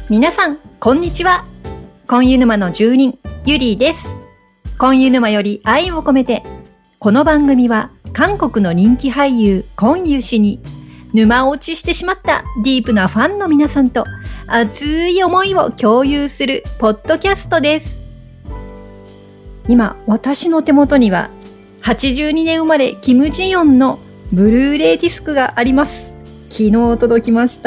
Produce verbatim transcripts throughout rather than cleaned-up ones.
皆さんこんにちは。今湯沼の住人ゆりーです。今湯沼より愛を込めて。この番組は韓国の人気俳優コンユ氏に沼落ちしてしまったディープなファンの皆さんと熱い思いを共有するポッドキャストです。今私の手元にははちじゅうにねん生まれキム・ジヨンのブルーレイディスクがあります。昨日届きました。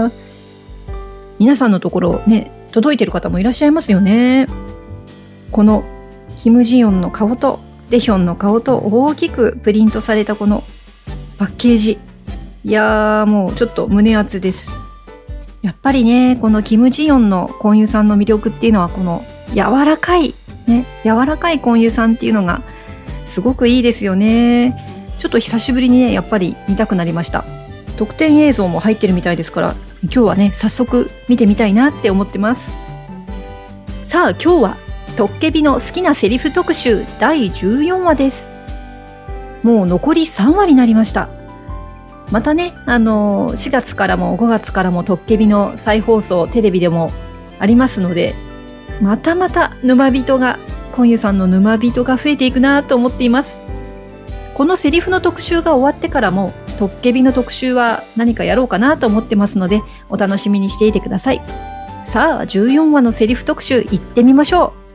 皆さんのところね、届いてる方もいらっしゃいますよね。このキム・ジヨンの顔とデヒョンの顔と大きくプリントされたこのパッケージ、いやーもうちょっと胸熱です。やっぱりね、このキム・ジヨンのコンユさんの魅力っていうのはこの柔らかいね、柔らかいコンユさんっていうのがすごくいいですよね。ちょっと久しぶりにね、やっぱり見たくなりました。特典映像も入ってるみたいですから、今日はね早速見てみたいなって思ってます。さあ今日はトッケビの好きなセリフ特集だいじゅうよんわです。もう残りさんわになりました。またね、あのしがつからもごがつからもトッケビの再放送テレビでもありますので、またまた沼人がコンユさんの沼人が増えていくなと思っています。このセリフの特集が終わってからもトッケビの特集は何かやろうかなと思ってますので、お楽しみにしていてください。さあじゅうよんわのセリフ特集いってみましょ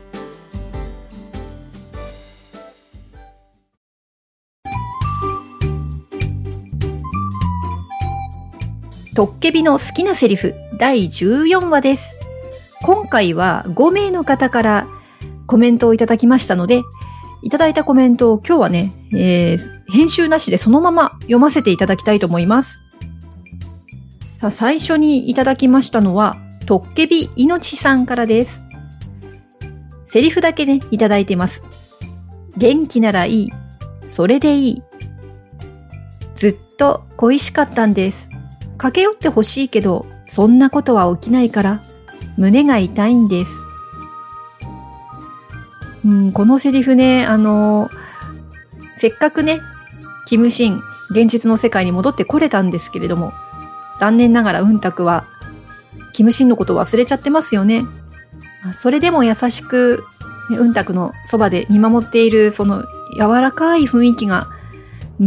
う。トッケビの好きなセリフだいじゅうよんわです。今回はごめいの方からコメントをいただきましたので、いただいたコメントを今日はね、えー、編集なしでそのまま読ませていただきたいと思います。さあ最初にいただきましたのはトッケビいのちさんからです。セリフだけねいただいてます。元気ならいい、それでいい。ずっと恋しかったんです。駆け寄ってほしいけどそんなことは起きないから胸が痛いんです。うん、このセリフね、あのー、せっかくねキムシン現実の世界に戻ってこれたんですけれども、残念ながらウンタクはキムシンのことを忘れちゃってますよね。それでも優しくウンタクのそばで見守っているその柔らかい雰囲気が、うん、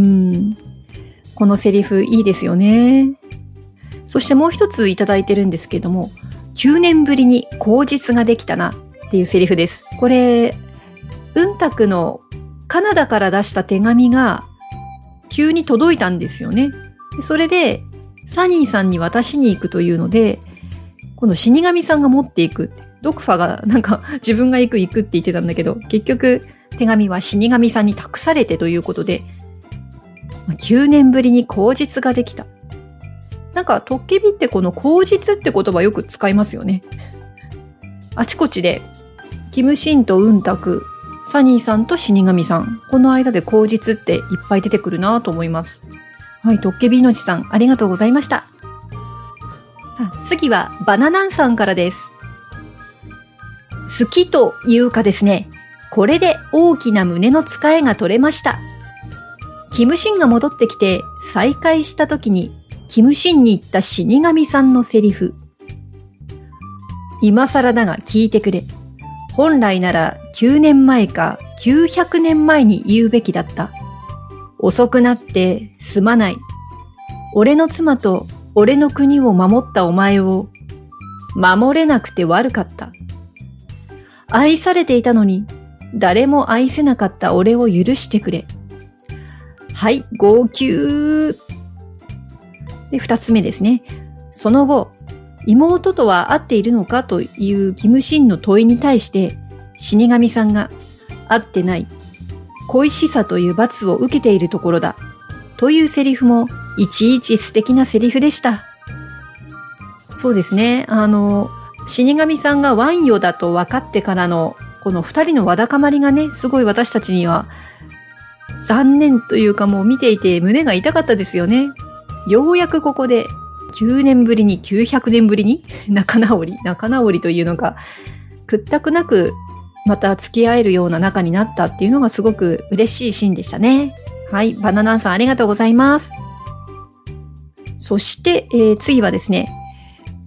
このセリフいいですよね。そしてもう一ついただいてるんですけれども、きゅうねんぶりに口実ができたなっていうセリフです。これウンタクのカナダから出した手紙が急に届いたんですよね。それでサニーさんに渡しに行くというので、この死神さんが持っていく。ドクファがなんか自分が行く行くって言ってたんだけど、結局手紙は死神さんに託されてということで、きゅうねんぶりに口実ができた。なんかトッケビってこの口実って言葉よく使いますよね。あちこちでキムシンとウンタク、サニーさんと死神さん、この間で口実っていっぱい出てくるなと思います。はい、トッケビいのちさんありがとうございました。さあ次はバナナンさんからです。好きというかですね、これで大きな胸の使いが取れました。キムシンが戻ってきて再会した時にキムシンに言った死神さんのセリフ。今更だが聞いてくれ。本来ならきゅうねんまえかきゅうひゃくねんまえに言うべきだった。遅くなってすまない。俺の妻と俺の国を守ったお前を守れなくて悪かった。愛されていたのに誰も愛せなかった俺を許してくれ。はい、号泣。で、二つ目ですね。その後、妹とは会っているのかというキムシンの問いに対して死神さんが会ってない、恋しさという罰を受けているところだというセリフもいちいち素敵なセリフでした。そうですね、あの死神さんがワンヨだと分かってからのこの二人のわだかまりがね、すごい私たちには残念というか、もう見ていて胸が痛かったですよね。ようやくここできゅうねんぶりにきゅうひゃくねんぶりに仲直り仲直りというのが屈託なくまた付き合えるような仲になったっていうのがすごく嬉しいシーンでしたね。はい、バナナンさんありがとうございます。そして、えー、次はですね、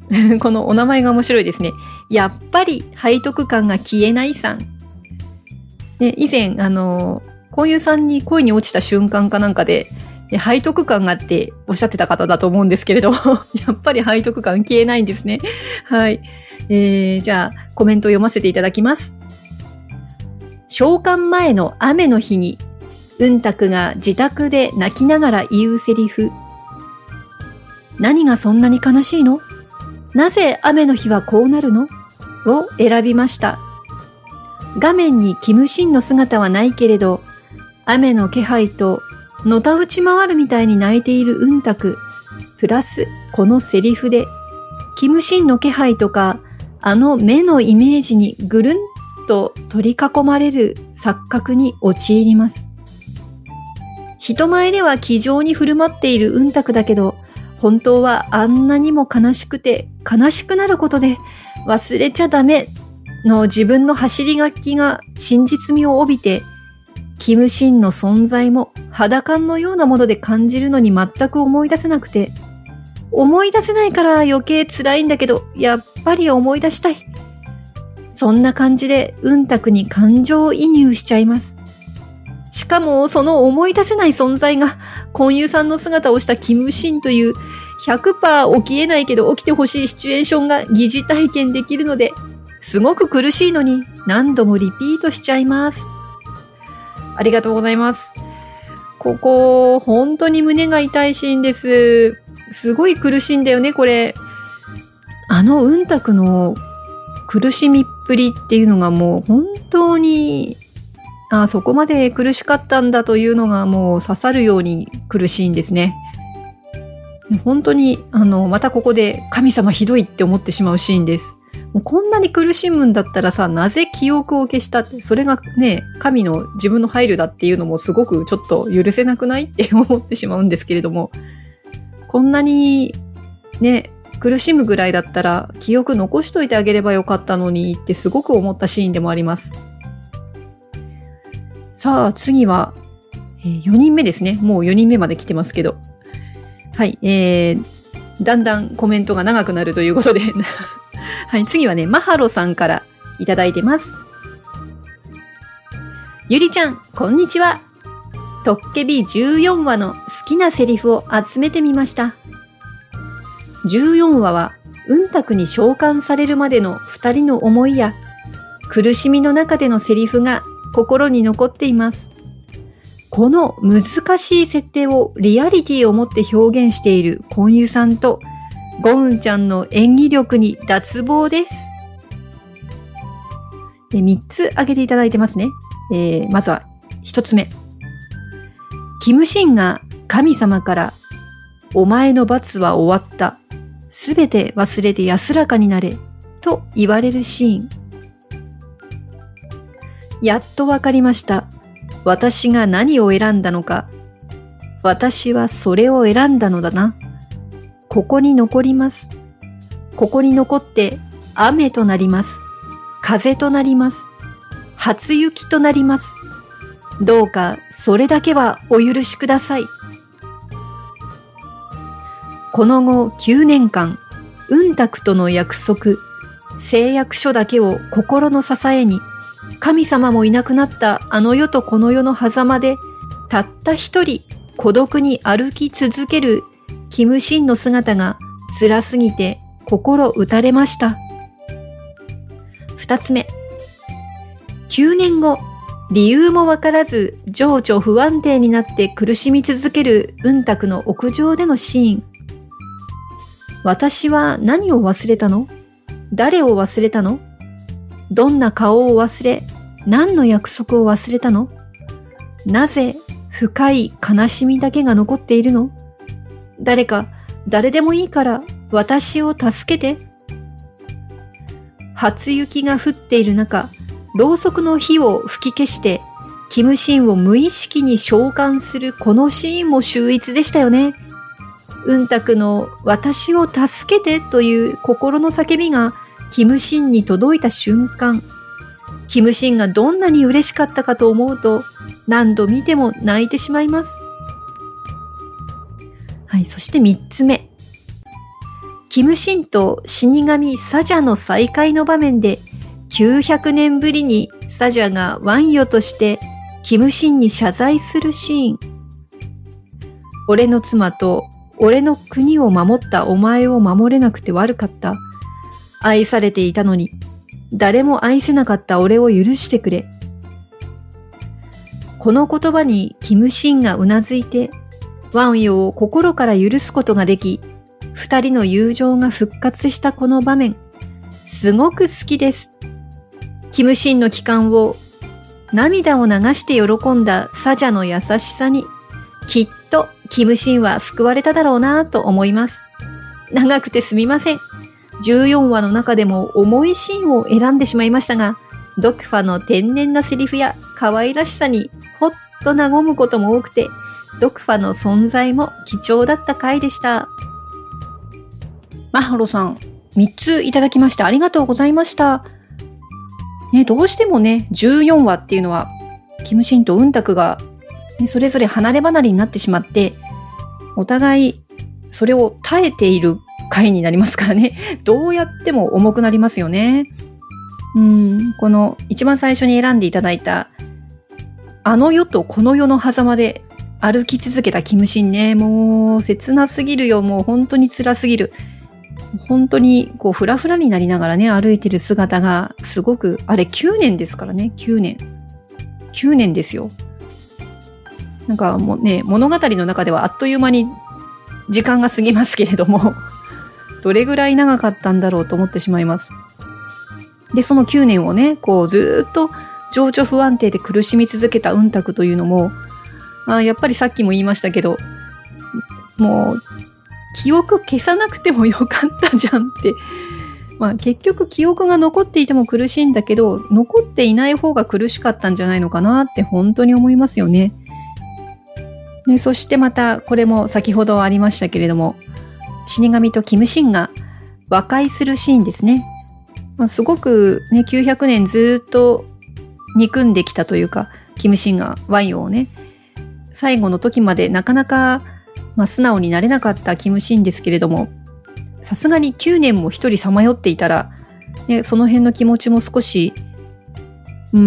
このお名前が面白いですね。やっぱり背徳感が消えないさん。ね、以前、あの、こういうさんに恋に落ちた瞬間かなんかで、背徳感があっておっしゃってた方だと思うんですけれどやっぱり背徳感消えないんですね。はい。えー、じゃあ、コメントを読ませていただきます。召喚前の雨の日に、うんたくが自宅で泣きながら言うセリフ。何がそんなに悲しいの？なぜ雨の日はこうなるの？を選びました。画面にキムシンの姿はないけれど、雨の気配とのたうち回るみたいに泣いているうんたく、プラスこのセリフで、キムシンの気配とか、あの目のイメージにぐるんと取り囲まれる錯覚に陥ります。人前では気丈に振る舞っているうんたくだけど、本当はあんなにも悲しくて悲しくなることで忘れちゃダメの自分の走り書きが真実味を帯びて、キムシンの存在も肌感のようなもので感じるのに全く思い出せなくて、思い出せないから余計辛いんだけど、やっぱり思い出したい。そんな感じでうんたくに感情移入しちゃいます。しかもその思い出せない存在が婚友さんの姿をしたキムシンという ひゃくパーセント 起きえないけど起きてほしいシチュエーションが疑似体験できるので、すごく苦しいのに何度もリピートしちゃいます。ありがとうございます。ここ本当に胸が痛いシーンです。すごい苦しいんだよね、これ。あのうんたくの苦しみっぷりっていうのがもう本当に、あ、そこまで苦しかったんだというのがもう刺さるように苦しいんですね。本当にあのまたここで神様ひどいって思ってしまうシーンです。もうこんなに苦しむんだったらさ、なぜ記憶を消したって、それがね、神の自分の配慮だっていうのもすごくちょっと許せなくないって思ってしまうんですけれども、こんなにね、苦しむぐらいだったら記憶残しといてあげればよかったのにってすごく思ったシーンでもあります。さあ次は、えー、よにんめですね。もうよにんめまで来てますけど。はい、えー、だんだんコメントが長くなるということで。はい、次はね、マハロさんからいただいてます。ゆりちゃん、こんにちは。トッケビじゅうよんわの好きなセリフを集めてみました。じゅうよんわは、うんたくに召喚されるまでの二人の思いや、苦しみの中でのセリフが心に残っています。この難しい設定をリアリティを持って表現しているコンユさんと、ゴウンちゃんの演技力に脱帽です。でみっつ挙げていただいてますね。えー、まずはひとつめ。キムシンが神様からお前の罰は終わった。すべて忘れて安らかになれと言われるシーン。やっとわかりました。私が何を選んだのか。私はそれを選んだのだな。ここに残ります。ここに残って雨となります。風となります。初雪となります。どうかそれだけはお許しください。この後きゅうねんかん、うんたくとの約束、誓約書だけを心の支えに、神様もいなくなったあの世とこの世の狭間で、たった一人孤独に歩き続けるキムシンの姿が辛すぎて心打たれました。二つ目。きゅうねんご、理由もわからず情緒不安定になって苦しみ続けるうんたくの屋上でのシーン。私は何を忘れたの？誰を忘れたの？どんな顔を忘れ、何の約束を忘れたの？なぜ深い悲しみだけが残っているの？誰か、誰でもいいから私を助けて。初雪が降っている中、ろうそくの火を吹き消して、キムシンを無意識に召喚するこのシーンも秀逸でしたよね。うんたくの私を助けてという心の叫びがキムシンに届いた瞬間、キムシンがどんなに嬉しかったかと思うと何度見ても泣いてしまいます。はい、そして三つ目。 キムシンと死神サジャの再会の場面で、きゅうひゃくねんぶりにサジャがワンヨとしてキムシンに謝罪するシーン。俺の妻と俺の国を守ったお前を守れなくて悪かった。愛されていたのに、誰も愛せなかった俺を許してくれ。この言葉にキムシンがうなずいて、ワンヨを心から許すことができ、二人の友情が復活したこの場面、すごく好きです。キムシンの帰還を、涙を流して喜んだサジャの優しさに、きっとキムシンは救われただろうなと思います。長くてすみません。じゅうよんわの中でも重いシーンを選んでしまいましたが、ドクファの天然なセリフや可愛らしさにほっと和むことも多くて、ドクファの存在も貴重だった回でした。マハロさん、みっついただきましてありがとうございました。ね、どうしてもね、じゅうよんわっていうのは、キムシンとウンタクが、ね、それぞれ離れ離れになってしまって、お互いそれを耐えている回になりますからね、どうやっても重くなりますよね。うん、この一番最初に選んでいただいた、あの世とこの世の狭間で歩き続けたキムシンね、もう切なすぎるよ、もう本当に辛すぎる。本当にこうフラフラになりながらね歩いてる姿がすごく、あれきゅうねんですからね、きゅうねんきゅうねんですよ。なんかもうね、物語の中ではあっという間に時間が過ぎますけれどもどれぐらい長かったんだろうと思ってしまいます。でそのきゅうねんをねこうずっと情緒不安定で苦しみ続けたウンタクというのも、あ、やっぱりさっきも言いましたけど、もう記憶消さなくてもよかったじゃんって。まあ結局記憶が残っていても苦しいんだけど、残っていない方が苦しかったんじゃないのかなって本当に思いますよね。でそしてまたこれも先ほどありましたけれども、死神とキムシンが和解するシーンですね。まあ、すごくねきゅうひゃくねんずっと憎んできたというか、キムシンがワンヨをね最後の時までなかなかまあ、素直になれなかったキムシンですけれども、さすがにきゅうねんも一人さまよっていたら、ね、その辺の気持ちも少し、うん、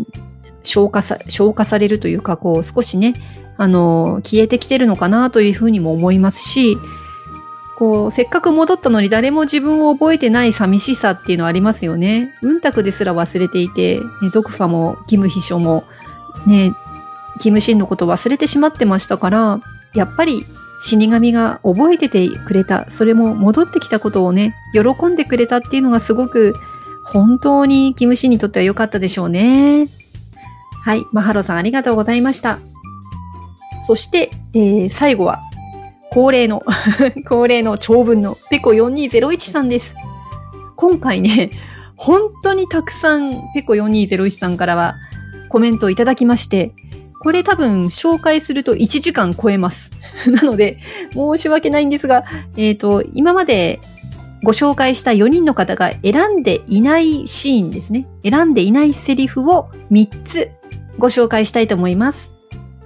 消化さ、消化されるというか、こう少しね、あの、消えてきてるのかなというふうにも思いますし、こう、せっかく戻ったのに誰も自分を覚えてない寂しさっていうのはありますよね。ウンタクですら忘れていて、ね、ドクファもキム秘書も、ね、キムシンのことを忘れてしまってましたから、やっぱり死神が覚えててくれた、それも戻ってきたことをね、喜んでくれたっていうのがすごく本当にキムシンにとっては良かったでしょうね。はい、マハロさんありがとうございました。そして、えー、最後は恒例の恒例の長文のペコよんにーぜろいちさんです。今回ね、本当にたくさんペコよんにーぜろいちさんからはコメントをいただきまして、これ多分紹介するといちじかん超えます。なので、申し訳ないんですが、えっと、今までご紹介したよにんの方が選んでいないシーンですね。選んでいないセリフをみっつご紹介したいと思います。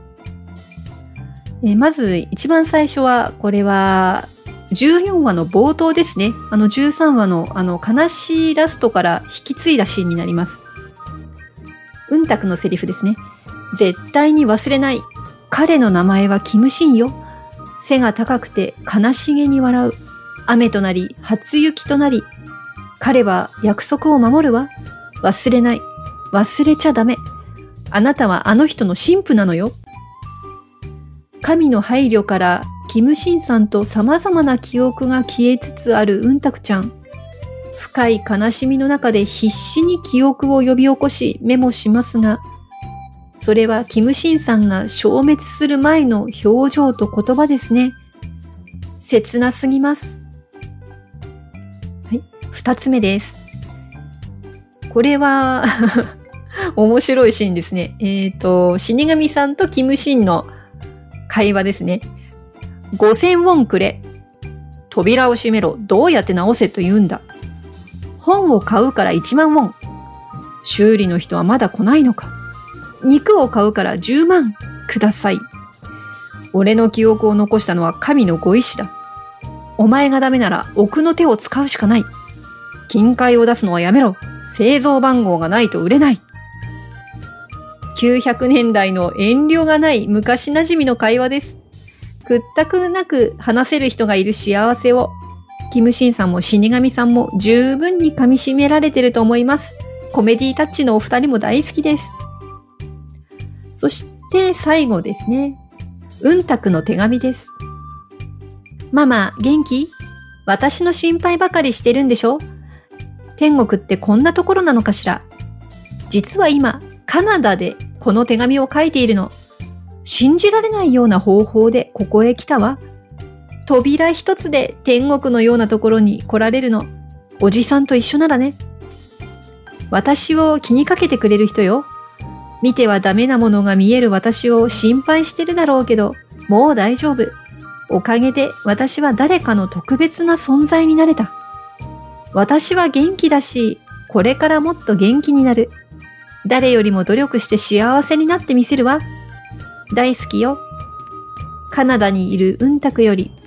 えー、まず一番最初は、これはじゅうよんわの冒頭ですね。あのじゅうさんわのあの悲しいラストから引き継いだシーンになります。ウンタクのセリフですね。絶対に忘れない。彼の名前はキムシンよ。背が高くて悲しげに笑う。雨となり初雪となり。彼は約束を守るわ。忘れない。忘れちゃダメ。あなたはあの人の神父なのよ。神の配慮からキムシンさんと様々な記憶が消えつつあるウンタクちゃん。深い悲しみの中で必死に記憶を呼び起こしメモしますが、それはキムシンさんが消滅する前の表情と言葉ですね。切なすぎます。はい、二つ目です。これは面白いシーンですね。えっと、死神さんとキムシンの会話ですね。ごせんウォンくれ。扉を閉めろ。どうやって直せと言うんだ。本を買うからいちまんウォン。修理の人はまだ来ないのか。肉を買うからじゅうまんください。俺の記憶を残したのは神のご意志だ。 お前がダメなら奥の手を使うしかない。金塊を出すのはやめろ。製造番号がないと売れない。きゅうひゃくねんだいの遠慮がない昔馴染みの会話です。屈託なく話せる人がいる幸せを、キムシンさんも死神さんも十分に噛み締められてると思います。コメディタッチのお二人も大好きです。そして最後ですね。うんたくの手紙です。ママ、元気？私の心配ばかりしてるんでしょ？天国ってこんなところなのかしら？実は今、カナダでこの手紙を書いているの。信じられないような方法でここへ来たわ。扉一つで天国のようなところに来られるの。おじさんと一緒ならね。私を気にかけてくれる人よ。見てはダメなものが見える私を心配してるだろうけど、もう大丈夫。おかげで私は誰かの特別な存在になれた。私は元気だし、これからもっと元気になる。誰よりも努力して幸せになってみせるわ。大好きよ。カナダにいるうんたくより。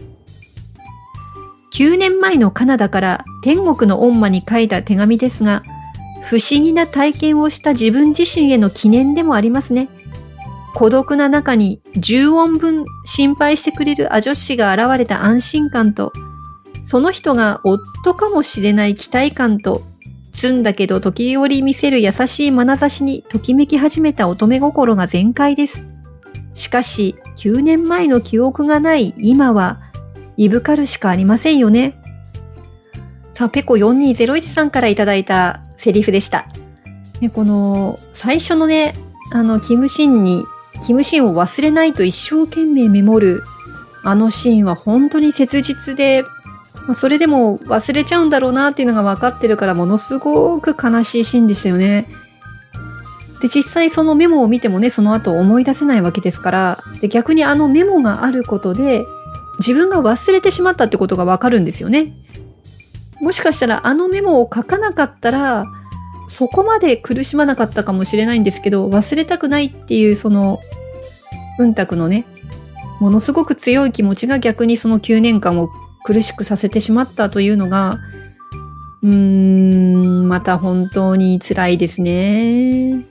きゅうねんまえのカナダから天国の御魔に書いた手紙ですが、不思議な体験をした自分自身への記念でもありますね。孤独な中にじゅうおんぶん心配してくれるア女子が現れた安心感と、その人が夫かもしれない期待感と、積んだけど時折見せる優しい眼差しにときめき始めた乙女心が全開です。しかし、きゅうねんまえの記憶がない今は、いぶかるしかありませんよね。さあ、ペコよんにーぜろいちさんからいただいたセリフでした。ね、この、最初のね、あの、キムシンに、キムシンを忘れないと一生懸命メモる、あのシーンは本当に切実で、まあ、それでも忘れちゃうんだろうなっていうのが分かってるから、ものすごく悲しいシーンでしたよね。で、実際そのメモを見てもね、その後思い出せないわけですから、で、逆にあのメモがあることで、自分が忘れてしまったってことがわかるんですよね。もしかしたらあのメモを書かなかったら、そこまで苦しまなかったかもしれないんですけど、忘れたくないっていうその、うんたくのね、ものすごく強い気持ちが逆にそのきゅうねんかんを苦しくさせてしまったというのが、うーん、また本当に辛いですね。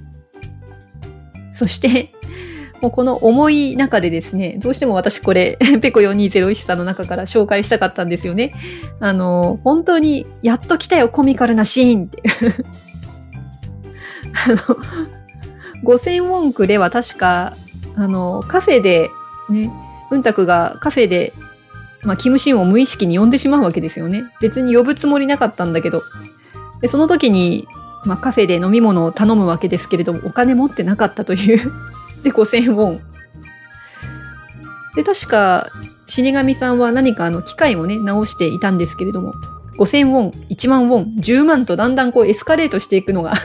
そして、もうこの重い中でですね、どうしても私これ、ペコよんにーぜろいちさんの中から紹介したかったんですよね。あの、本当に、やっと来たよ、コミカルなシーンって。あの、ごせんウォンクでは確か、あの、カフェで、ね、うんたくがカフェで、まあ、キムシンを無意識に呼んでしまうわけですよね。別に呼ぶつもりなかったんだけど。で、その時に、まあ、カフェで飲み物を頼むわけですけれども、お金持ってなかったという。で、ごせんウォン。で、確か、死神さんは何かあの、機械をね、直していたんですけれども、ごせんウォン、いちまんウォン、じゅうまんとだんだんこうエスカレートしていくのが、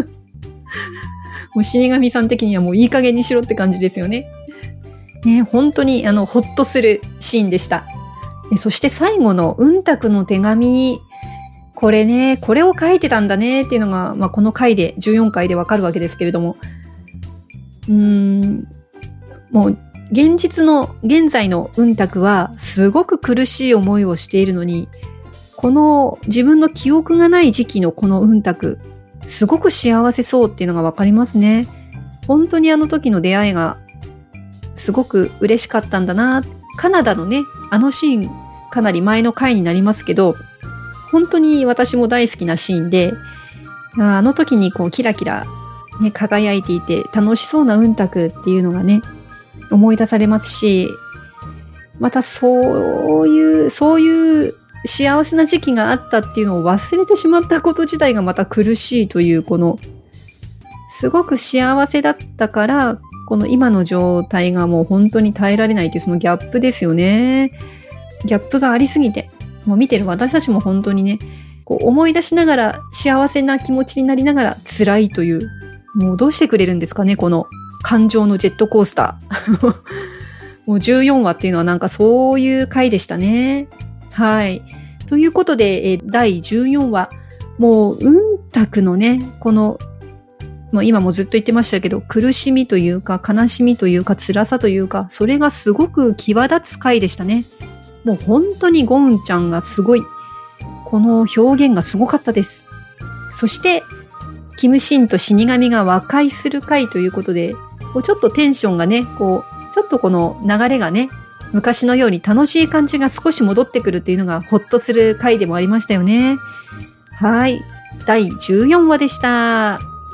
もう死神さん的にはもういい加減にしろって感じですよね。ね、本当にあの、ほっとするシーンでした。そして最後のうんたくの手紙、これね、これを書いてたんだねっていうのが、まあ、この回で、じゅうよんかいでわかるわけですけれども、うーん、もう、現実の、現在のうんたくは、すごく苦しい思いをしているのに、この自分の記憶がない時期のこのうんたく、すごく幸せそうっていうのがわかりますね。本当にあの時の出会いが、すごく嬉しかったんだな。カナダのね、あのシーン、かなり前の回になりますけど、本当に私も大好きなシーンで、あの時にこうキラキラ、ね、輝いていて楽しそうなうんたくっていうのがね、思い出されますし、またそういう、そういう幸せな時期があったっていうのを忘れてしまったこと自体がまた苦しいという、この、すごく幸せだったから、この今の状態がもう本当に耐えられないというそのギャップですよね。ギャップがありすぎて、もう見てる私たちも本当にね、こう思い出しながら幸せな気持ちになりながら辛いという、もうどうしてくれるんですかね、この感情のジェットコースター。もうじゅうよんわっていうのはなんかそういう回でしたね。はい。ということで、えだいじゅうよんわ、もううんたくのね、この、まあ、今もずっと言ってましたけど、苦しみというか悲しみというか辛さというか、それがすごく際立つ回でしたね。 もう本当にゴンちゃんがすごい。この表現がすごかったです。そして、キムシンと死神が和解する回ということで、こうちょっとテンションがね、こう、ちょっとこの流れがね、昔のように楽しい感じが少し戻ってくるっていうのがほっとする回でもありましたよね。はい。だいじゅうよんわでした。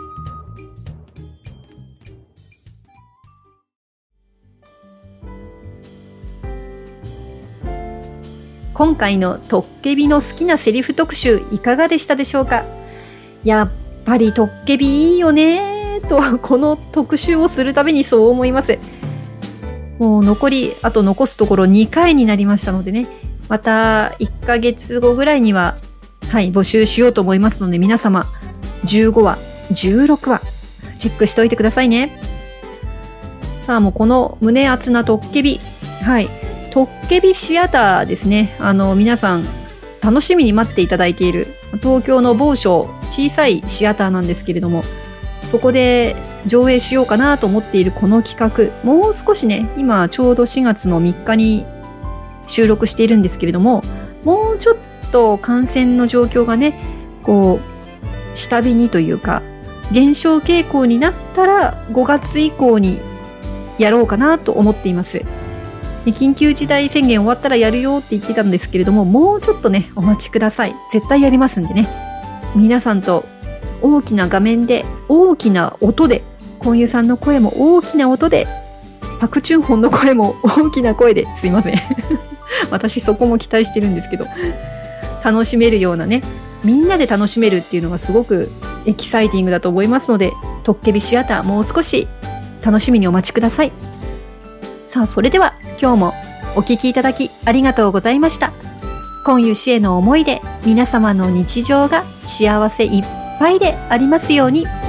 今回のトッケビの好きなセリフ特集いかがでしたでしょうか。やっぱりトッケビいいよねとこの特集をするたびにそう思います。もう残りあと残すところにかいになりましたのでね、またいっかげつごぐらいにははい募集しようと思いますので、皆様じゅうごわじゅうろくわチェックしておいてくださいね。さあもうこの胸熱なトッケビ、はいトッケビシアターですね。あの皆さん楽しみに待っていただいている東京の某所小さいシアターなんですけれども、そこで上映しようかなと思っているこの企画、もう少しね、今ちょうどしがつのみっかに収録しているんですけれども、もうちょっと感染の状況がねこう下火にというか減少傾向になったらごがつ以降にやろうかなと思っています。緊急事態宣言終わったらやるよって言ってたんですけれども、もうちょっとねお待ちください。絶対やりますんでね、皆さんと大きな画面で大きな音で、コンユさんの声も大きな音で、パクチュンホンの声も大きな声で、すいません私そこも期待してるんですけど、楽しめるようなね、みんなで楽しめるっていうのがすごくエキサイティングだと思いますので、トッケビシアターもう少し楽しみにお待ちください。さあそれでは今日もお聞きいただきありがとうございました。コンユ氏への思いで皆様の日常が幸せいっぱいでありますように。